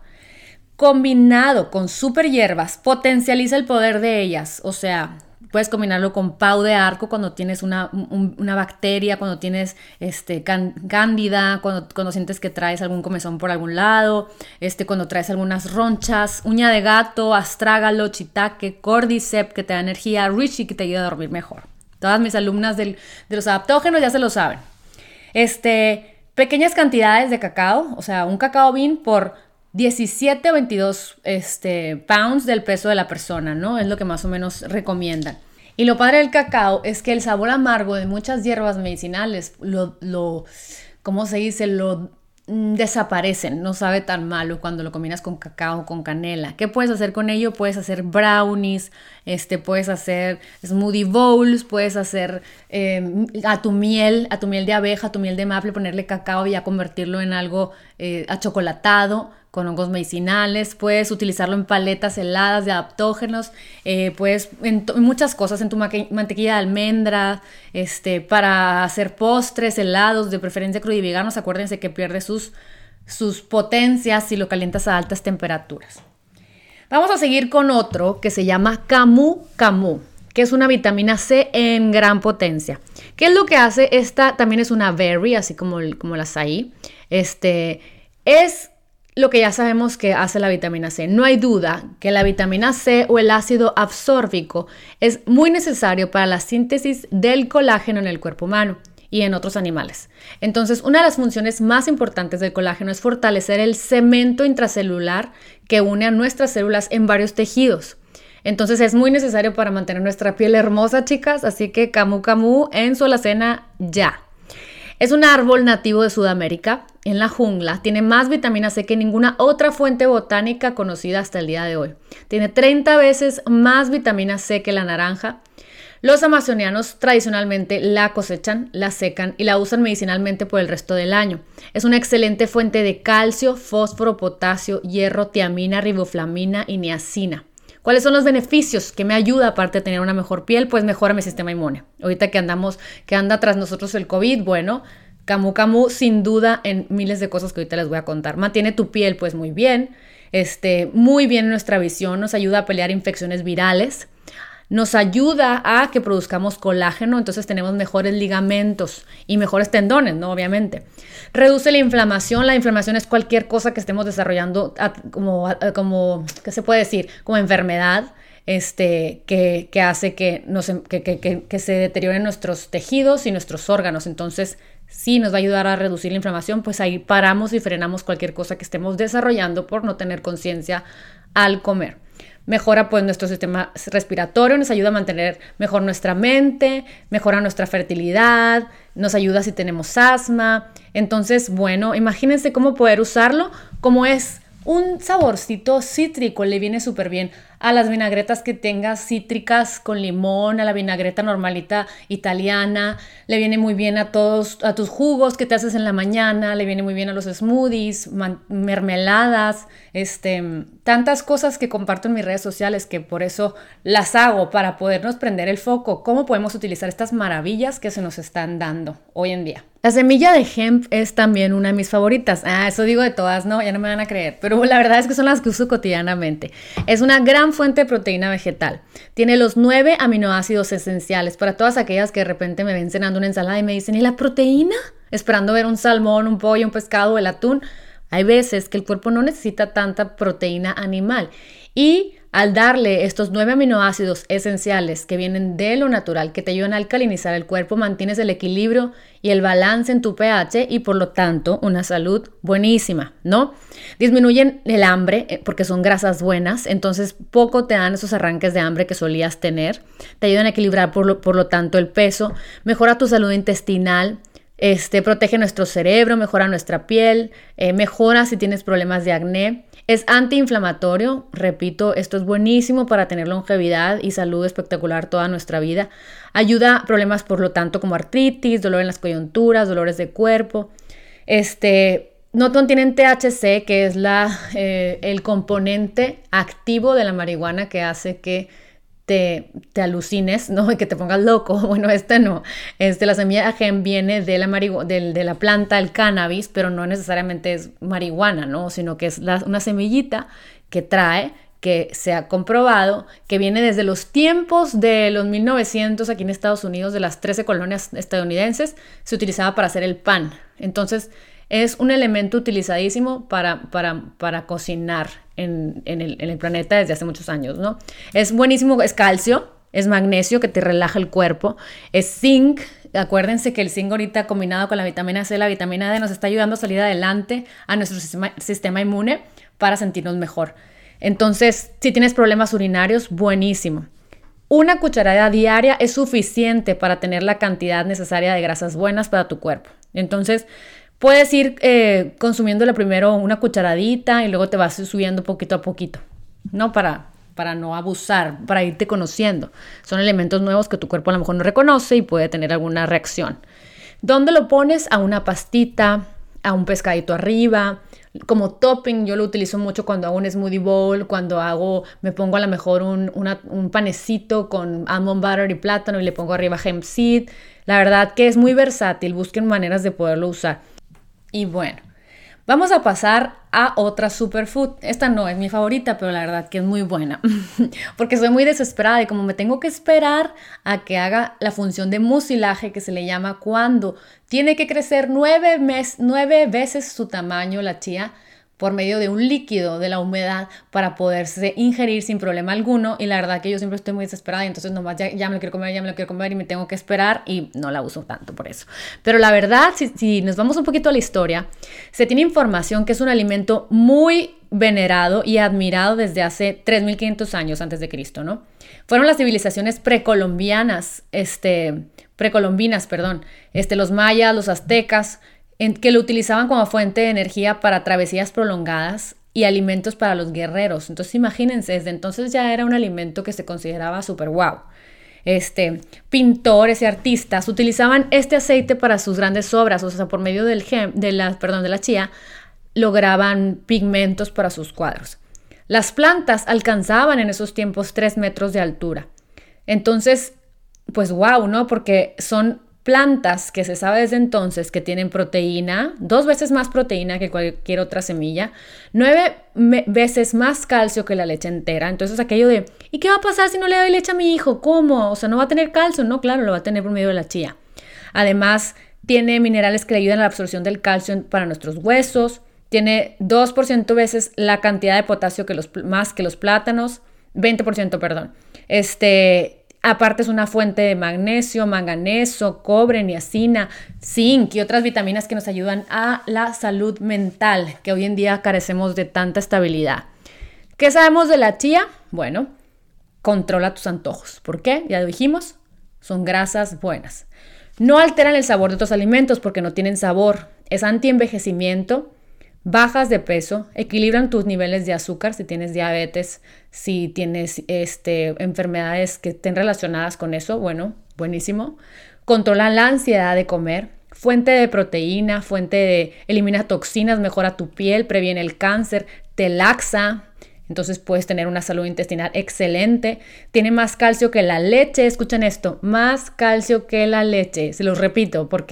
Combinado con super hierbas, potencializa el poder de ellas. O sea, puedes combinarlo con pau de arco cuando tienes una, un, una bacteria, cuando tienes este, can, cándida, cuando, cuando sientes que traes algún comezón por algún lado, este, cuando traes algunas ronchas, uña de gato, astrágalo, shiitake, cordyceps que te da energía, reishi que te ayuda a dormir mejor. Todas mis alumnas del, de los adaptógenos ya se lo saben. Este, pequeñas cantidades de cacao, o sea, un cacao bean por diecisiete o veintidós este, pounds del peso de la persona, ¿no? Es lo que más o menos recomiendan. Y lo padre del cacao es que el sabor amargo de muchas hierbas medicinales lo, lo ¿cómo se dice? Lo mm, desaparecen, no sabe tan malo cuando lo combinas con cacao, con canela. ¿Qué puedes hacer con ello? Puedes hacer brownies, este, puedes hacer smoothie bowls, puedes hacer eh, a tu miel, a tu miel de abeja, a tu miel de maple, ponerle cacao y ya convertirlo en algo eh, achocolatado, con hongos medicinales, puedes utilizarlo en paletas heladas de adaptógenos, eh, puedes en muchas cosas, en tu mantequilla de almendra, este, para hacer postres, helados, de preferencia crudiveganos. Acuérdense que pierde sus, sus potencias si lo calientas a altas temperaturas. Vamos a seguir con otro que se llama Camu Camu, que es una vitamina C en gran potencia. ¿Qué es lo que hace? Esta también es una berry, así como, el, como el açaí. Este, es lo que ya sabemos que hace la vitamina C. No hay duda que la vitamina C o el ácido absórbico es muy necesario para la síntesis del colágeno en el cuerpo humano y en otros animales. Entonces, una de las funciones más importantes del colágeno es fortalecer el cemento intracelular que une a nuestras células en varios tejidos. Entonces, es muy necesario para mantener nuestra piel hermosa, chicas, así que Camu Camu en su alacena ya. Es un árbol nativo de Sudamérica, en la jungla. Tiene más vitamina C que ninguna otra fuente botánica conocida hasta el día de hoy. Tiene treinta veces más vitamina C que la naranja. Los amazonianos tradicionalmente la cosechan, la secan y la usan medicinalmente por el resto del año. Es una excelente fuente de calcio, fósforo, potasio, hierro, tiamina, riboflavina y niacina. ¿Cuáles son los beneficios que me ayuda aparte de tener una mejor piel? Pues mejora mi sistema inmune. Ahorita que andamos, que anda tras nosotros el COVID, bueno, Camu Camu sin duda en miles de cosas que ahorita les voy a contar. Mantiene tu piel pues muy bien, este, muy bien nuestra visión, nos ayuda a pelear infecciones virales, nos ayuda a que produzcamos colágeno, entonces tenemos mejores ligamentos y mejores tendones, ¿no? Obviamente. Reduce la inflamación. La inflamación es cualquier cosa que estemos desarrollando como, como ¿qué se puede decir? Como enfermedad, este, que, que hace que, nos, que, que, que, que se deterioren nuestros tejidos y nuestros órganos. Entonces, sí nos va a ayudar a reducir la inflamación, pues ahí paramos y frenamos cualquier cosa que estemos desarrollando por no tener conciencia al comer. Mejora pues nuestro sistema respiratorio, nos ayuda a mantener mejor nuestra mente, mejora nuestra fertilidad, nos ayuda si tenemos asma. Entonces, bueno, imagínense cómo poder usarlo, como es un saborcito cítrico, le viene súper bien a las vinagretas que tengas cítricas con limón, a la vinagreta normalita italiana, le viene muy bien a todos, a tus jugos que te haces en la mañana, le viene muy bien a los smoothies, man, mermeladas, este, tantas cosas que comparto en mis redes sociales que por eso las hago para podernos prender el foco, cómo podemos utilizar estas maravillas que se nos están dando hoy en día. La semilla de hemp es también una de mis favoritas. Ah, eso digo de todas, ¿no? Ya no me van a creer. Pero la verdad es que son las que uso cotidianamente. Es una gran fuente de proteína vegetal. Tiene los nueve aminoácidos esenciales. Para todas aquellas que de repente me ven cenando una ensalada y me dicen, ¿y la proteína? Esperando ver un salmón, un pollo, un pescado o el atún. Hay veces que el cuerpo no necesita tanta proteína animal. Y al darle estos nueve aminoácidos esenciales que vienen de lo natural, que te ayudan a alcalinizar el cuerpo, mantienes el equilibrio y el balance en tu pH y por lo tanto una salud buenísima, ¿no? Disminuyen el hambre porque son grasas buenas, entonces poco te dan esos arranques de hambre que solías tener. Te ayudan a equilibrar por lo, por lo tanto el peso, mejora tu salud intestinal. Este, protege nuestro cerebro, mejora nuestra piel, eh, mejora si tienes problemas de acné. Es antiinflamatorio, repito, esto es buenísimo para tener longevidad y salud espectacular toda nuestra vida. Ayuda a problemas, por lo tanto, como artritis, dolor en las coyunturas, dolores de cuerpo. Este, no contienen T H C, que es la, eh, el componente activo de la marihuana que hace que Te, te alucines, ¿no? Y que te pongas loco. Bueno, este no. Este, la semilla de hemp viene de la, marihu- de, de la planta, el cannabis, pero no necesariamente es marihuana, ¿no? Sino que es la, una semillita que trae, que se ha comprobado, que viene desde los tiempos de los mil novecientos aquí en Estados Unidos, de las trece colonias estadounidenses, se utilizaba para hacer el pan. Entonces, es un elemento utilizadísimo para, para, para cocinar en, en, el, en el planeta desde hace muchos años, ¿no? Es buenísimo, es calcio, es magnesio que te relaja el cuerpo, es zinc. Acuérdense que el zinc ahorita combinado con la vitamina C, la vitamina D nos está ayudando a salir adelante a nuestro sistema, sistema inmune para sentirnos mejor. Entonces, si tienes problemas urinarios, buenísimo. Una cucharada diaria es suficiente para tener la cantidad necesaria de grasas buenas para tu cuerpo. Entonces, puedes ir eh, consumiéndole primero una cucharadita y luego te vas subiendo poquito a poquito, ¿no? Para, para no abusar, para irte conociendo. Son elementos nuevos que tu cuerpo a lo mejor no reconoce y puede tener alguna reacción. ¿Dónde lo pones? A una pastita, a un pescadito arriba. Como topping yo lo utilizo mucho cuando hago un smoothie bowl, cuando hago, me pongo a lo mejor un, una, un panecito con almond butter y plátano y le pongo arriba hemp seed. La verdad que es muy versátil, busquen maneras de poderlo usar. Y bueno, vamos a pasar a otra superfood. Esta no es mi favorita, pero la verdad que es muy buena. Porque soy muy desesperada y como me tengo que esperar a que haga la función de mucilaje que se le llama cuando tiene que crecer nueve, mes, nueve veces su tamaño la chía por medio de un líquido de la humedad para poderse ingerir sin problema alguno. Y la verdad que yo siempre estoy muy desesperada y entonces nomás ya, ya me lo quiero comer, ya me lo quiero comer y me tengo que esperar y no la uso tanto por eso. Pero la verdad, si, si nos vamos un poquito a la historia, se tiene información que es un alimento muy venerado y admirado desde hace tres mil quinientos años antes de Cristo, ¿no? Fueron las civilizaciones precolombianas, este, precolombinas, perdón, este, los mayas, los aztecas, en, que lo utilizaban como fuente de energía para travesías prolongadas y alimentos para los guerreros. Entonces imagínense, desde entonces ya era un alimento que se consideraba súper guau. Este, pintores y artistas utilizaban este aceite para sus grandes obras, o sea, por medio del gem, de la, perdón, de la chía, lograban pigmentos para sus cuadros. Las plantas alcanzaban en esos tiempos tres metros de altura. Entonces, pues wow, ¿no? Porque son plantas que se sabe desde entonces que tienen proteína, dos veces más proteína que cualquier otra semilla, nueve me- veces más calcio que la leche entera. Entonces aquello de, ¿y qué va a pasar si no le doy leche a mi hijo? ¿Cómo? O sea, ¿no va a tener calcio? No, claro, lo va a tener por medio de la chía. Además, tiene minerales que le ayudan a la absorción del calcio para nuestros huesos. Tiene dos por ciento veces la cantidad de potasio que los, más que los plátanos, veinte por ciento, perdón. Este... Aparte es una fuente de magnesio, manganeso, cobre, niacina, zinc y otras vitaminas que nos ayudan a la salud mental, que hoy en día carecemos de tanta estabilidad. ¿Qué sabemos de la chía? Bueno, controla tus antojos. ¿Por qué? Ya lo dijimos, son grasas buenas. No alteran el sabor de otros alimentos porque no tienen sabor. Es anti-envejecimiento. Bajas de peso, equilibran tus niveles de azúcar si tienes diabetes, si tienes este, enfermedades que estén relacionadas con eso, bueno, buenísimo. Controlan la ansiedad de comer, fuente de proteína, fuente de, elimina toxinas, mejora tu piel, previene el cáncer, te laxa, entonces puedes tener una salud intestinal excelente. Tiene más calcio que la leche, escuchen esto, más calcio que la leche, se los repito porque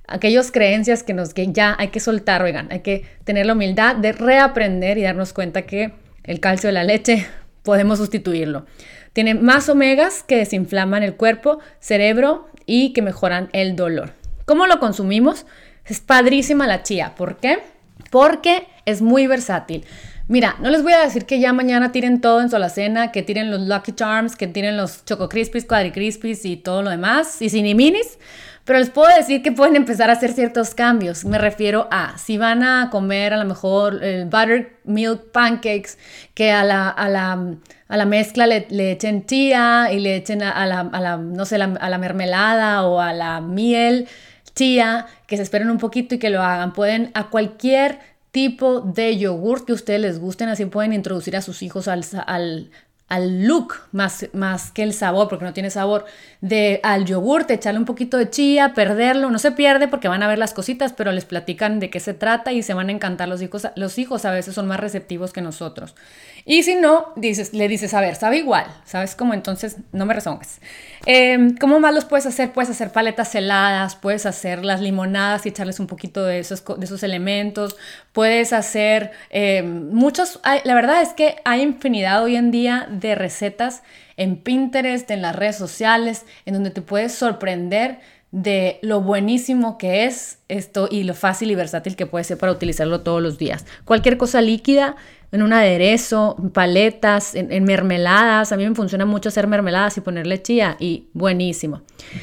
aquellas creencias que, nos, que ya hay que soltar, oigan, hay que tener la humildad de reaprender y darnos cuenta que el calcio de la leche podemos sustituirlo. Tiene más omegas que desinflaman el cuerpo, cerebro y que mejoran el dolor. ¿Cómo lo consumimos? Es padrísima la chía. ¿Por qué? Porque es muy versátil. Mira, no les voy a decir que ya mañana tiren todo en su alacena, que tiren los Lucky Charms, que tiren los Choco Crispies, Cuadri Crispies y todo lo demás, y Cini Minis, pero les puedo decir que pueden empezar a hacer ciertos cambios. Me refiero a, si van a comer a lo mejor el buttermilk pancakes, que a la, a la, a la mezcla le, le echen chía y le echen a, a, la, a la, no sé, la, a la mermelada o a la miel chía, que se esperen un poquito y que lo hagan. Pueden a cualquier tipo de yogur que a ustedes les gusten, así pueden introducir a sus hijos al, al, al look, más, más que el sabor, porque no tiene sabor, de, al yogur, echarle un poquito de chía, perderlo, no se pierde porque van a ver las cositas, pero les platican de qué se trata y se van a encantar. Los hijos, los hijos a veces son más receptivos que nosotros. Y si no, dices, le dices, a ver, sabe igual, ¿sabes cómo? Entonces no me rezongues. Eh, ¿Cómo más los puedes hacer? Puedes hacer paletas heladas, puedes hacer las limonadas y echarles un poquito de esos, de esos elementos, puedes hacer eh, muchos, hay, la verdad es que hay infinidad hoy en día de recetas en Pinterest, en las redes sociales, en donde te puedes sorprender de lo buenísimo que es esto y lo fácil y versátil que puede ser para utilizarlo todos los días. Cualquier cosa líquida, en un aderezo, en paletas, en, en mermeladas. A mí me funciona mucho hacer mermeladas y ponerle chía y buenísimo.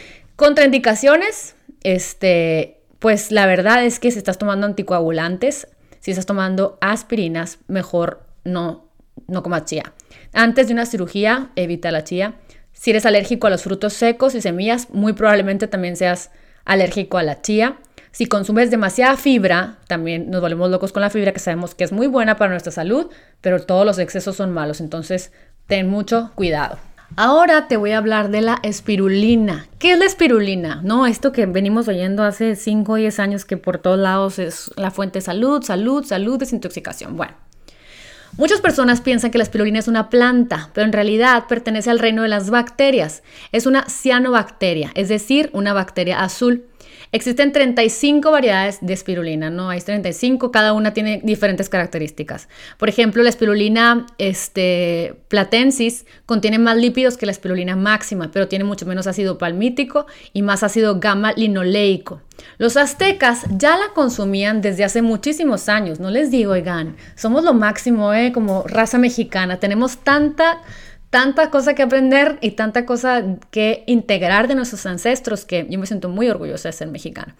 Contraindicaciones, este, pues la verdad es que si estás tomando anticoagulantes, si estás tomando aspirinas, mejor no, no comas chía. Antes de una cirugía, evita la chía. Si eres alérgico a los frutos secos y semillas, muy probablemente también seas alérgico a la chía. Si consumes demasiada fibra, también nos volvemos locos con la fibra, que sabemos que es muy buena para nuestra salud, pero todos los excesos son malos, entonces ten mucho cuidado. Ahora te voy a hablar de la espirulina. ¿Qué es la espirulina? No, esto que venimos oyendo hace cinco o diez años que por todos lados es la fuente de salud, salud, salud, desintoxicación. Bueno. Muchas personas piensan que la espirulina es una planta, pero en realidad pertenece al reino de las bacterias. Es una cianobacteria, es decir, una bacteria azul. Existen treinta y cinco variedades de espirulina, ¿no? Hay treinta y cinco, cada una tiene diferentes características. Por ejemplo, la espirulina este, platensis contiene más lípidos que la espirulina máxima, pero tiene mucho menos ácido palmítico y más ácido gamma-linoleico. Los aztecas ya la consumían desde hace muchísimos años. No les digo, oigan, somos lo máximo, ¿eh? Como raza mexicana. Tenemos tanta... tanta cosa que aprender y tanta cosa que integrar de nuestros ancestros que yo me siento muy orgullosa de ser mexicana.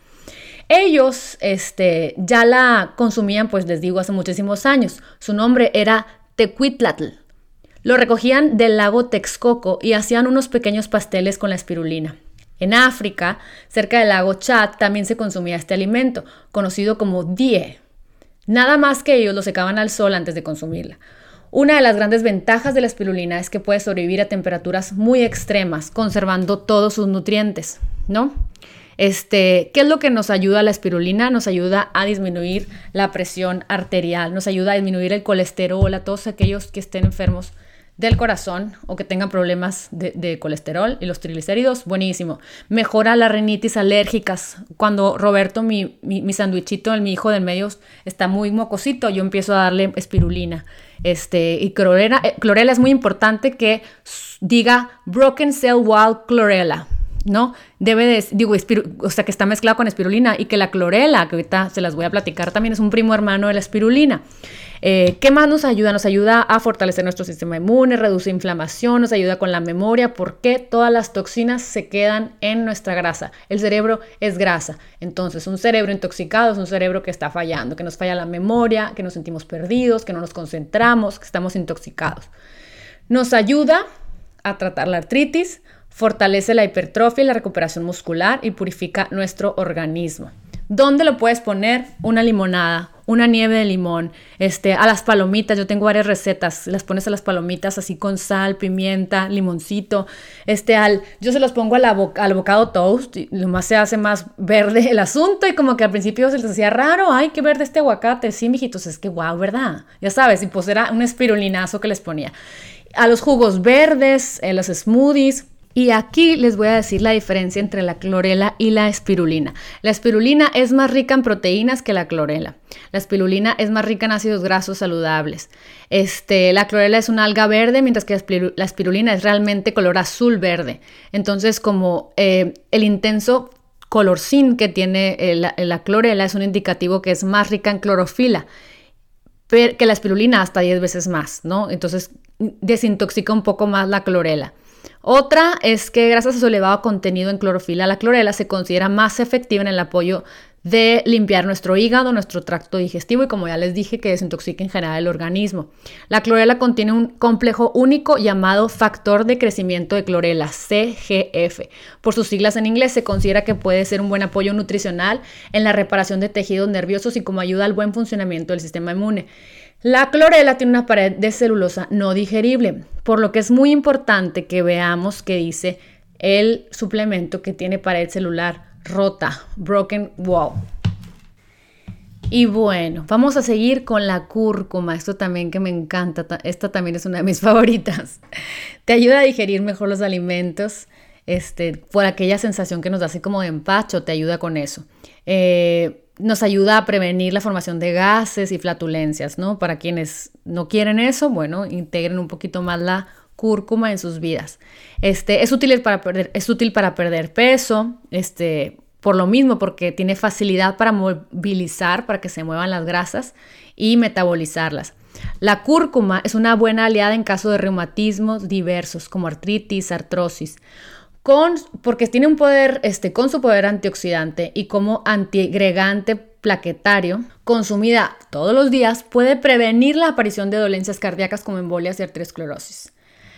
Ellos este, ya la consumían, pues les digo, hace muchísimos años. Su nombre era Tecuitlatl. Lo recogían del lago Texcoco y hacían unos pequeños pasteles con la espirulina. En África, cerca del lago Chad, también se consumía este alimento, conocido como die. Nada más que ellos lo secaban al sol antes de consumirla. Una de las grandes ventajas de la espirulina es que puede sobrevivir a temperaturas muy extremas, conservando todos sus nutrientes, ¿no? Este, ¿qué es lo que nos ayuda la espirulina? Nos ayuda a disminuir la presión arterial, nos ayuda a disminuir el colesterol, a todos aquellos que estén enfermos del corazón o que tengan problemas de, de colesterol y los triglicéridos, buenísimo. Mejora las rinitis alérgicas. Cuando Roberto, mi, mi, mi sandwichito, mi hijo del medio, está muy mocosito, yo empiezo a darle espirulina. Este, y clorela, eh, clorela es muy importante que diga broken cell wall chlorella, ¿no? Debe de, digo, espiru, o sea, que está mezclado con espirulina y que la clorela, que ahorita se las voy a platicar, también es un primo hermano de la espirulina. Eh, ¿Qué más nos ayuda? Nos ayuda a fortalecer nuestro sistema inmune, reduce inflamación, nos ayuda con la memoria, porque todas las toxinas se quedan en nuestra grasa. El cerebro es grasa. Entonces, un cerebro intoxicado es un cerebro que está fallando, que nos falla la memoria, que nos sentimos perdidos, que no nos concentramos, que estamos intoxicados. Nos ayuda a tratar la artritis, fortalece la hipertrofia y la recuperación muscular y purifica nuestro organismo. ¿Dónde lo puedes poner? Una limonada, una nieve de limón, este, a las palomitas. Yo tengo varias recetas, las pones a las palomitas así con sal, pimienta, limoncito. Este, al, yo se los pongo al, avo- al avocado toast y nomás se hace más verde el asunto y como que al principio se les hacía raro, ay, qué verde este aguacate. Sí, mijitos, es que guau, ¿verdad? Ya sabes, y pues era un espirulinazo que les ponía. A los jugos verdes, en los smoothies. Y aquí les voy a decir la diferencia entre la clorela y la espirulina. La espirulina es más rica en proteínas que la clorela. La espirulina es más rica en ácidos grasos saludables. Este, la clorela es una alga verde, mientras que la espirulina es realmente color azul verde. Entonces, como eh, el intenso color zinc que tiene eh, la, la clorela es un indicativo que es más rica en clorofila que la espirulina, hasta diez veces más, ¿no? Entonces, desintoxica un poco más la clorela. Otra es que gracias a su elevado contenido en clorofila, la clorela se considera más efectiva en el apoyo de limpiar nuestro hígado, nuestro tracto digestivo y, como ya les dije, que desintoxica en general el organismo. La clorela contiene un complejo único llamado factor de crecimiento de clorela, C G F. Por sus siglas en inglés, se considera que puede ser un buen apoyo nutricional en la reparación de tejidos nerviosos y como ayuda al buen funcionamiento del sistema inmune. La clorela tiene una pared de celulosa no digerible, por lo que es muy importante que veamos qué dice el suplemento que tiene pared celular rota, broken wall. Y bueno, vamos a seguir con la cúrcuma, esto también que me encanta, esta también es una de mis favoritas. Te ayuda a digerir mejor los alimentos, este, por aquella sensación que nos da así como de empacho, te ayuda con eso. Eh, Nos ayuda a prevenir la formación de gases y flatulencias, ¿no? Para quienes no quieren eso, bueno, integren un poquito más la cúrcuma en sus vidas. Este, es útil para perder, es útil para perder peso, este, por lo mismo, porque tiene facilidad para movilizar, para que se muevan las grasas y metabolizarlas. La cúrcuma es una buena aliada en caso de reumatismos diversos, como artritis, artrosis. Con, porque tiene un poder, este, con su poder antioxidante y como antiagregante plaquetario, consumida todos los días, puede prevenir la aparición de dolencias cardíacas como embolias y arteriosclerosis.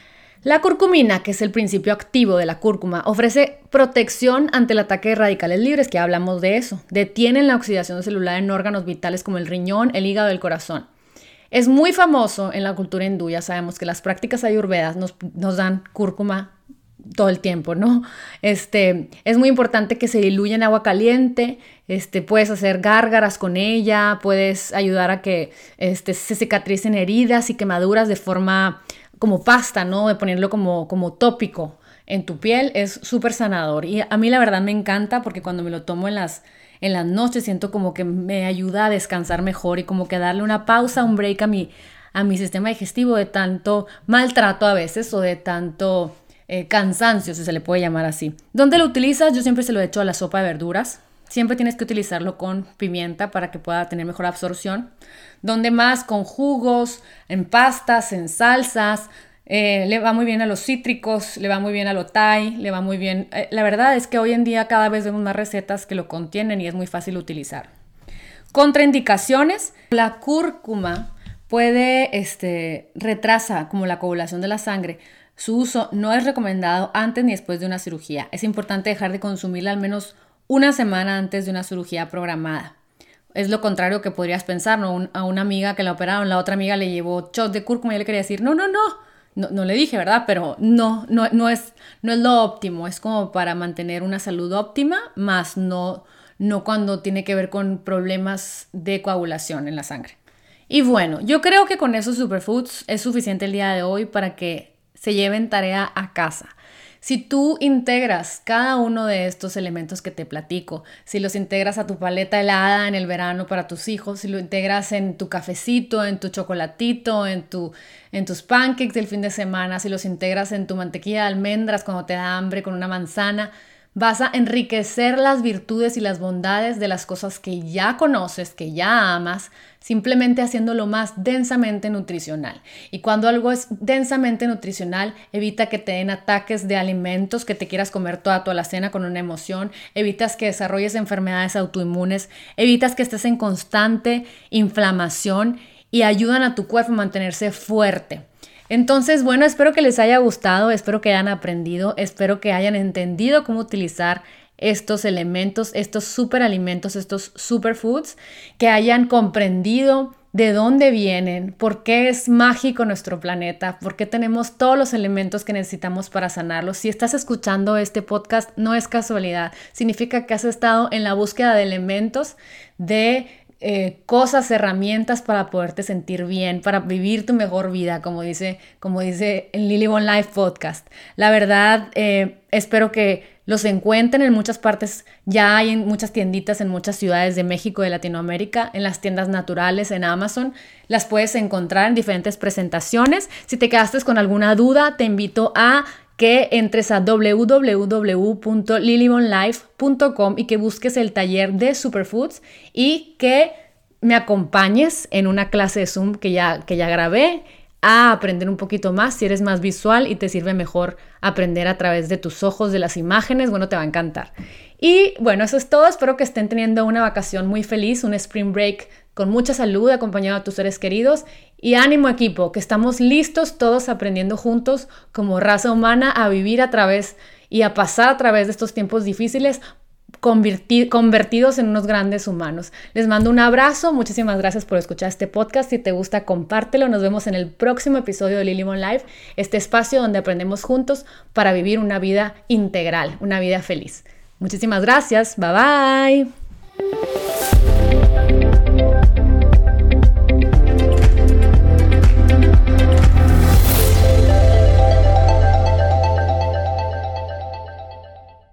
La curcumina, que es el principio activo de la cúrcuma, ofrece protección ante el ataque de radicales libres, que hablamos de eso. Detienen la oxidación celular en órganos vitales como el riñón, el hígado y el corazón. Es muy famoso en la cultura hindú, ya sabemos que las prácticas ayurvedas nos, nos dan cúrcuma todo el tiempo, ¿no? Este, es muy importante que se diluya en agua caliente, este, puedes hacer gárgaras con ella, puedes ayudar a que este, se cicatricen heridas y quemaduras de forma como pasta, ¿no? De ponerlo como, como tópico en tu piel, es súper sanador. Y a mí la verdad me encanta porque cuando me lo tomo en las, en las noches siento como que me ayuda a descansar mejor y como que darle una pausa, un break a mi, a mi sistema digestivo de tanto maltrato a veces o de tanto Eh, cansancio, si se le puede llamar así. ¿Dónde lo utilizas? Yo siempre se lo echo a la sopa de verduras. Siempre tienes que utilizarlo con pimienta para que pueda tener mejor absorción. ¿Dónde más? Con jugos, en pastas, en salsas. Eh, le va muy bien a los cítricos, le va muy bien a lo thai, le va muy bien. Eh, la verdad es que hoy en día cada vez vemos más recetas que lo contienen y es muy fácil utilizar. Contraindicaciones. La cúrcuma puede, este, retrasa como la coagulación de la sangre. Su uso no es recomendado antes ni después de una cirugía. Es importante dejar de consumirla al menos una semana antes de una cirugía programada. Es lo contrario que podrías pensar, ¿no? Un, a una amiga que la operaron, la otra amiga le llevó shot de cúrcuma y yo le quería decir, no, no, no, no, no le dije, ¿verdad? Pero no, no, no, es, no es lo óptimo, es como para mantener una salud óptima, más no, no cuando tiene que ver con problemas de coagulación en la sangre. Y bueno, yo creo que con esos superfoods es suficiente el día de hoy para que se lleven tarea a casa. Si tú integras cada uno de estos elementos que te platico, si los integras a tu paleta helada en el verano para tus hijos, si lo integras en tu cafecito, en tu chocolatito, en, tu, en tus pancakes del fin de semana, si los integras en tu mantequilla de almendras cuando te da hambre con una manzana, vas a enriquecer las virtudes y las bondades de las cosas que ya conoces, que ya amas, simplemente haciéndolo más densamente nutricional. Y cuando algo es densamente nutricional, evita que te den ataques de alimentos que te quieras comer toda tu alacena con una emoción, evitas que desarrolles enfermedades autoinmunes, evitas que estés en constante inflamación y ayudan a tu cuerpo a mantenerse fuerte. Entonces, bueno, espero que les haya gustado, espero que hayan aprendido, espero que hayan entendido cómo utilizar estos elementos, estos superalimentos, estos superfoods, que hayan comprendido de dónde vienen, por qué es mágico nuestro planeta, por qué tenemos todos los elementos que necesitamos para sanarlo. Si estás escuchando este podcast, no es casualidad, significa que has estado en la búsqueda de elementos, de eh, cosas, herramientas para poderte sentir bien, para vivir tu mejor vida, como dice, como dice el Lily Bon Life Podcast. La verdad, eh, espero que los encuentren en muchas partes. Ya hay en muchas tienditas en muchas ciudades de México, de Latinoamérica, en las tiendas naturales, en Amazon. Las puedes encontrar en diferentes presentaciones. Si te quedaste con alguna duda, te invito a que entres a w w w punto lily bon life punto com y que busques el taller de Superfoods y que me acompañes en una clase de Zoom que ya, que ya grabé a aprender un poquito más. Si eres más visual y te sirve mejor aprender a través de tus ojos, de las imágenes, bueno, te va a encantar. Y bueno, eso es todo. Espero que estén teniendo una vacación muy feliz, un spring break con mucha salud, acompañado de tus seres queridos. Y ánimo, equipo, que estamos listos todos aprendiendo juntos como raza humana a vivir a través y a pasar a través de estos tiempos difíciles, converti- convertidos en unos grandes humanos. Les mando un abrazo. Muchísimas gracias por escuchar este podcast. Si te gusta, compártelo. Nos vemos en el próximo episodio de Lily Bon Life, este espacio donde aprendemos juntos para vivir una vida integral, una vida feliz. Muchísimas gracias. Bye bye.